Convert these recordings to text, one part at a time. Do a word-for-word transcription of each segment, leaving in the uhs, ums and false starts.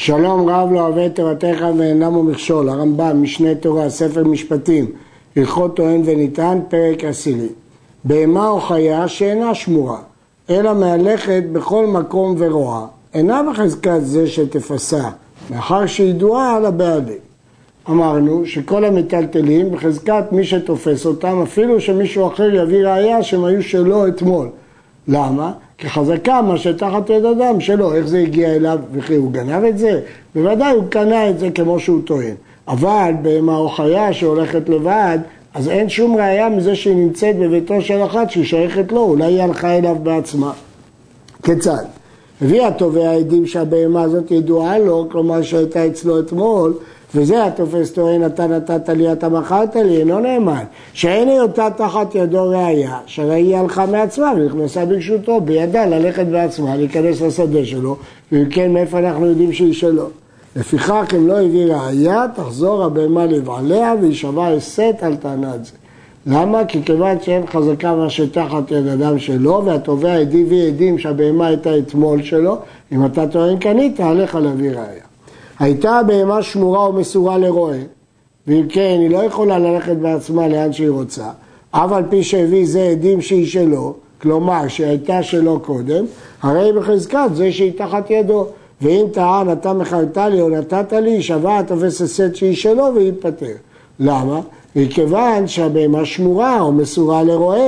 שלום רב לא אוהב את תורתך ואינם ומכשול, הרמב"ם, משנה תורה, ספר משפטים, הלכות טוען וניתן, פרק עשירי. בהמה או חיה שאינה שמורה, אלא מהלכת בכל מקום ורואה, אינה בחזקת זה שתפסה, מאחר שידועה על הבעלים. אמרנו שכל המטלטלים בחזקת מי שתופס אותם, אפילו שמישהו אחר יביא ראיה שהם היו שלו אתמול. למה? כי חזקה מה שתחת יד אדם שלו, איך זה הגיע אליו וכי הוא גנב את זה? בוודאי הוא קנה את זה כמו שהוא טוען. אבל בהמה או חיה שהולכת לבד, אז אין שום ראיה מזה שהיא נמצאת בביתו של אחד שהיא שייכת לו, אולי היא הלכה אליו בעצמה. כיצד? הביא התובע עדים שהבהמה הזאת ידועה לו, כלומר שהייתה אצלו אתמול, וזה התופס טוען, אתה נתת לי, אתה מכרת לי, אינו נאמן. שאין היותה תחת ידו ראיה, שהרי היא הלכה מעצמה ונכנסה ברשותו, בידה ללכת בעצמה, להיכנס לשדה שלו, ואם כן מאיפה אנחנו יודעים שהיא שלו. לפיכך אם לא הביא ראיה, תחזור הבהמה לבעליה וישבע הסת על טענת זה. למה? כי כיוון שאין חזקה מה שתחת יד אדם שלו, והתובע הביא עדים שהבהמה הייתה אתמול שלו, אם אתה טוען קנית, עליך להביא ראיה. הייתה הבהמה שמורה ומסורה לרועה, ואם כן היא לא יכולה ללכת בעצמה לאן שהיא רוצה, אף על פי שהביא זה עדים שהיא שלו, כלומר שהייתה שלו קודם, הרי היא בחזקת זה שהיא תחת ידו, ואם טען אתה מכרת לי או נתת לי, שווה התופס הסת שהיא שלו והיא פטר. למה? מכיוון שהבהמה שמורה או מסורה לרועה,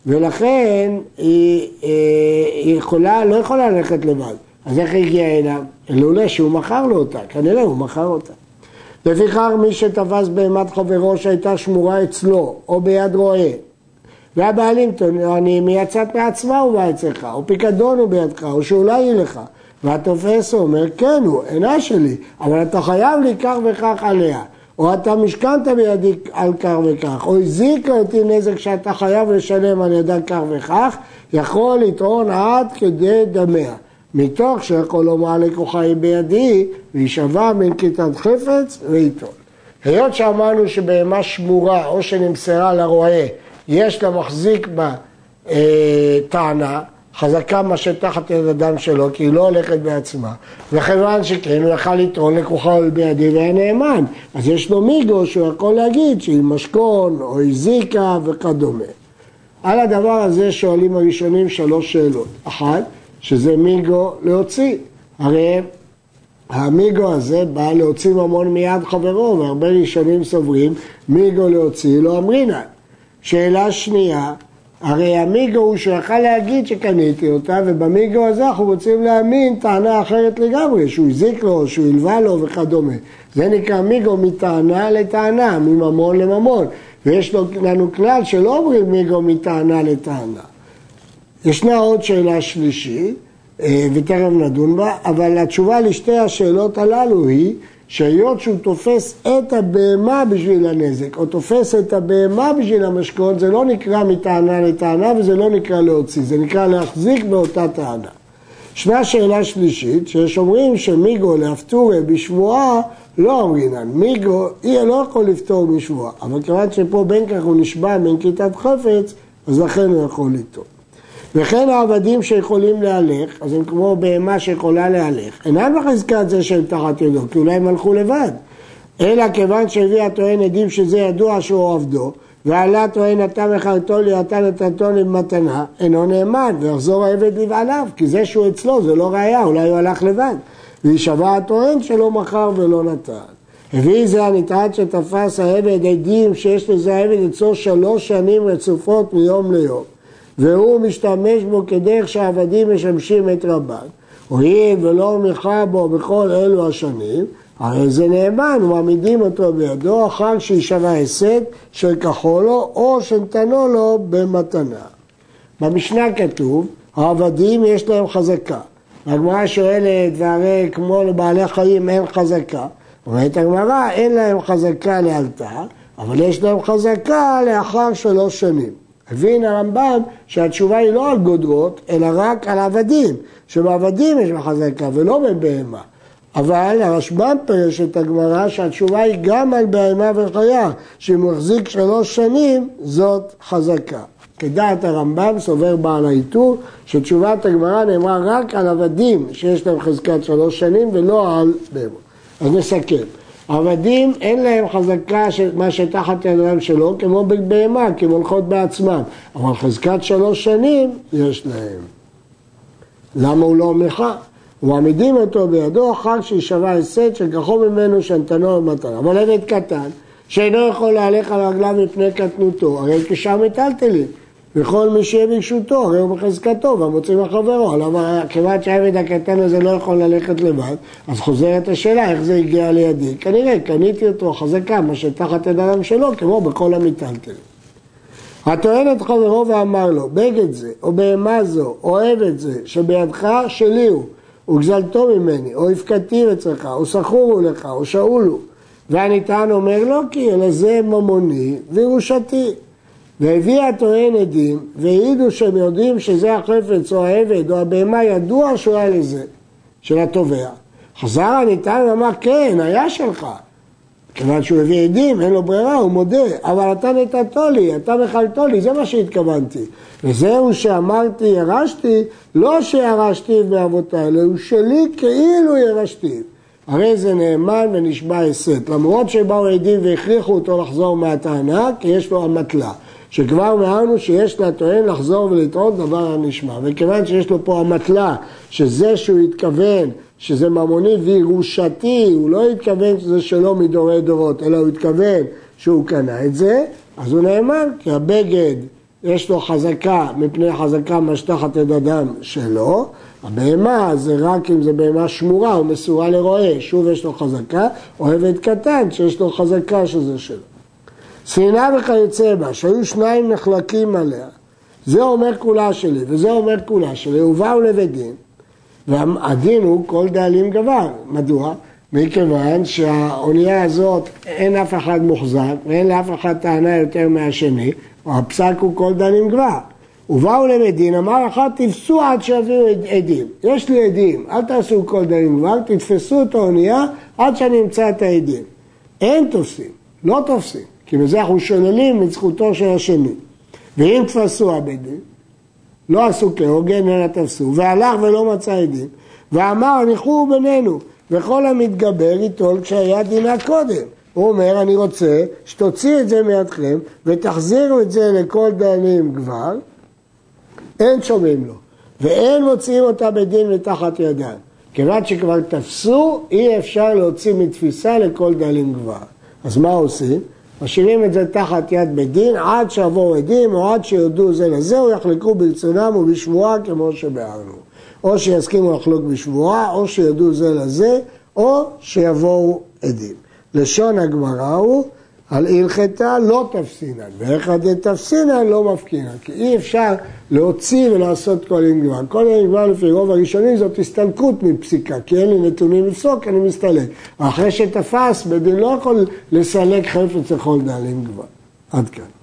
ולכן היא, היא יכולה, לא יכולה ללכת לבד. אז איך היא הגיעה אליו? אלולה שהוא מכר לו אותה, כנראה הוא מכר אותה. לפיכך מי שתפס בהמת חברו שהייתה שמורה אצלו או ביד רועה, והבעלים טוענים היא יצאת מעצמה הוא בא אצלך, או פיקדון הוא בידך, או שאולי היא לך, והתופס אומר כן הוא, אינה שלי, אבל אתה חייב לי כך וכך עליה, או אתה משכנת בידי על כך וכך, או הזיק אותי נזק שאתה חייב לשלם על ידה כך וכך, יכול לטעון עד כדי דמיה. מתוך שיכול לומר לקוחה היא בידי, וישבע מנקיטת חפץ ויטול. היות שאמרנו שבהמה שמורה או שנמסרה לרועה, יש לה מחזיק בה אה, טענה, חזקה מה שתחת יד אדם שלו, כי היא לא הולכת בעצמה. וכיוון שכן, הוא יכל לטעון לקוחה היא בידי והיה נאמן. אז יש לו מיגו שהוא יכול להגיד שהיא משכון או הזיקה וכדומה. על הדבר הזה שואלים הראשונים שלוש שאלות. אחת, שזה מיגו להוציא. הרי המיגו הזה בא להוציא ממון מיד חברו, והרבה ראשונים סוברים מיגו להוציא לא אמרינן. שאלה שנייה, הרי המיגו הוא שיכל להגיד שקניתי אותה, ובמיגו הזה אנחנו רוצים להאמין טענה אחרת לגמרי, שהוא הזיק לו, שהוא הלווה לו וכדומה. זה נקרא מיגו מטענה לטענה, מממון לממון. ויש לנו כלל שלא אומרים מיגו מטענה לטענה. ישנה עוד שאלה שלישית, ותכף נדון בה, אבל התשובה לשתי השאלות הללו היא, שהיות שהוא תופס את הבהמה בשביל הנזק, או תופס את הבהמה בשביל המשכון, זה לא נקרא מטענה לטענה, וזה לא נקרא להוציא, זה נקרא להחזיק באותה טענה. ישנה שאלה שלישית, שיש אומרים שמיגו להפטורה בשבועה, לא אומרינן, מיגו, היא לא יכול לפתור בשבועה, אבל כיוון שפה בין כך הוא נשבע מנקיטת חפץ, אז לכן הוא יכול לטעון. וכן העבדים שיכולים להלך, אז הם כמו בהמה שיכולה להלך, אינם בחזקת זה שהם תחת ידו, כי אולי הם הלכו לבד. אלא כיוון שהביא הטוען עדים שזה ידוע שהוא עבדו, ועלה טוען אתה מכרתו לי, אתה נתתו לי במתנה, אינו נאמן, ויחזור העבד לבעליו, כי זה שהוא אצלו זה לא ראיה, אולי הוא הלך לבד. וישבע הטוען שלא מכר ולא נתן. הביא זה הנטען שתפס העבד עדים שיש לזה העבד אצלו שלוש שנים רצופות מיום ליום. והוא משתמש בו כדרך שהעבדים משמשים את רבן. הואיל ולא מכר בו בכל אלו השנים, הרי זה נאמן, ומעמידים אותו בידו אחר שישבע הסת של כחו לו או שנתנו לו במתנה. במשנה כתוב, העבדים יש להם חזקה. הגמרא שואלת, והרי כמו לבעלי חיים אין חזקה. אומרת הגמרא, אין להם חזקה לאלתר, אבל יש להם חזקה לאחר שלוש שנים. הבין הרמב"ם שהתשובה היא לא על גודרות, אלא רק על עבדים, שבעבדים יש חזקה ולא בבהמה. אבל הרשב"ם פירש את הגמרא שהתשובה היא גם על בהמה וחיה, שאם הוא מחזיק שלוש שנים, זאת חזקה. כדעת הרמב"ם סובר בעל העיטור, שתשובת הגמרא נאמרה רק על עבדים שיש להם חזקת שלוש שנים ולא על בהמות. אז נסכם. עבדים אין להם חזקה של מה שתחת ידם שלו, כמו בבהמה, כי הם הולכות בעצמם. אבל חזקת שלוש שנים יש להם. למה הוא לא הומלכה? ומעמידים אותו בידו אחר שישבע הסת שכחו ממנו שנתנו במתנה. אבל עבד קטן, שאינו יכול להלך על רגליו מפני קטנותו, הרי כשם מטלטלים. וכל מי שיהיה ברשותו, הרי הוא בחזקתו, והמוצאים לחברו. אבל כיוון שהעבד הקטן הזה לא יכול ללכת לבד, אז חוזרת השאלה איך זה הגיע לידי. כנראה קניתי אותו חזקה, מה שתחת ידם שלו, כמו בכל המטלטלים. הטוען את חברו ואמר לו, בגד זה, או בהמה זו, או עבד זה, שבידך שלי הוא, וגזלתו ממני, או הפקדתי אצלך, או סחורו לך, או שאולו. והניתן אומר לו, כי אלא זה ממוני וירושתי. והביא הטוען עדים, והעידו שהם יודעים שזה החפץ או העבד או הבהמה ידוע שהוא היה לזה, של התובע. חזר הניתן ואמר, כן, היה שלך. כיוון שהוא הביא עדים, אין לו ברירה, הוא מודה, אבל אתה נתתו לי, אתה מחלתו לי, זה מה שהתכוונתי. וזהו שאמרתי ירשתי, לא שירשתי באבותיי, אלא הוא שלי כאילו ירשתי. הרי זה נאמן ונשבע הסת, למרות שבאו עדים והכריחו אותו לחזור מהטענה, כי יש לו המטלה. שכבר אמרנו שיש לטוען לחזור ולטעות דבר הנשמע. וכיוון שיש לו פה המטלה, שזה שהוא התכוון, שזה ממוני וירושתי, הוא לא התכוון שזה שלו מדורי דורות, אלא הוא התכוון שהוא קנה את זה, אז הוא נאמן, כי הבגד יש לו חזקה מפני חזקה משתחת את אדם שלו, הבהמה זה רק אם זה בהמה שמורה או מסורה לרועה, שוב יש לו חזקה, או עבד קטן שיש לו חזקה שזה שלו. שנאה וכיוצא בה, שהיו שניים נחלקים עליה, זה אומר כולה שלי וזה אומר כולה שלי, ובאו לבדין, והדין הוא כל דאלים גבר. מדוע? מכיוון שהאונייה הזאת אין אף אחד מוחזק, ואין לאף אחד טענה יותר מהשני, הפסק הוא כל דאלים גבר. ובאו לבדין, אמר אחד, תפסו עד שיביאו עדים. יש לי עדים, אל תעשו כל דאלים גבר, תתפסו את האונייה עד שאני אמצא את העדים. אין תופסים, לא תופסים. כי בזה אנחנו שוללים מזכותו של השני. ואם תפסו הבדין, לא עשו כהוגן אלא תפסו, והלך ולא מצא עדים, ואמר ניחו בינינו, וכל המתגבר ייטול כשהיה דינה קודם. הוא אומר, אני רוצה שתוציא את זה מידכם, ותחזירו את זה לכל דיינים כבר, אין שומעים לו, ואין מוציאים אותה בדין מתחת ידן. כיוון שכבר תפסו, אי אפשר להוציא מתפיסה לכל דיינים כבר. אז מה עושים? משאירים את זה תחת יד בדין עד שיבואו עדים או עד שיודעו זה לזה או יחלקו ברצונם ובשבועה כמו שבארנו. או שיסכימו לחלוק בשבועה או שיודעו זה לזה או שיבואו עדים. לשון הגמרא הוא על הלכתה לא תפסינן ואיך תפסינן לא מפקינן, כי אי אפשר להוציא ולעשות כל אינגבר. כל אינגבר לפי רוב הראשונים זאת הסתלקות מפסיקה, כי אין לי נתונים לפסוק, אני מסתלק. אחרי שתפס, בדין לא יכול לסלק חפץ לכל דאלים גבר. עד כאן.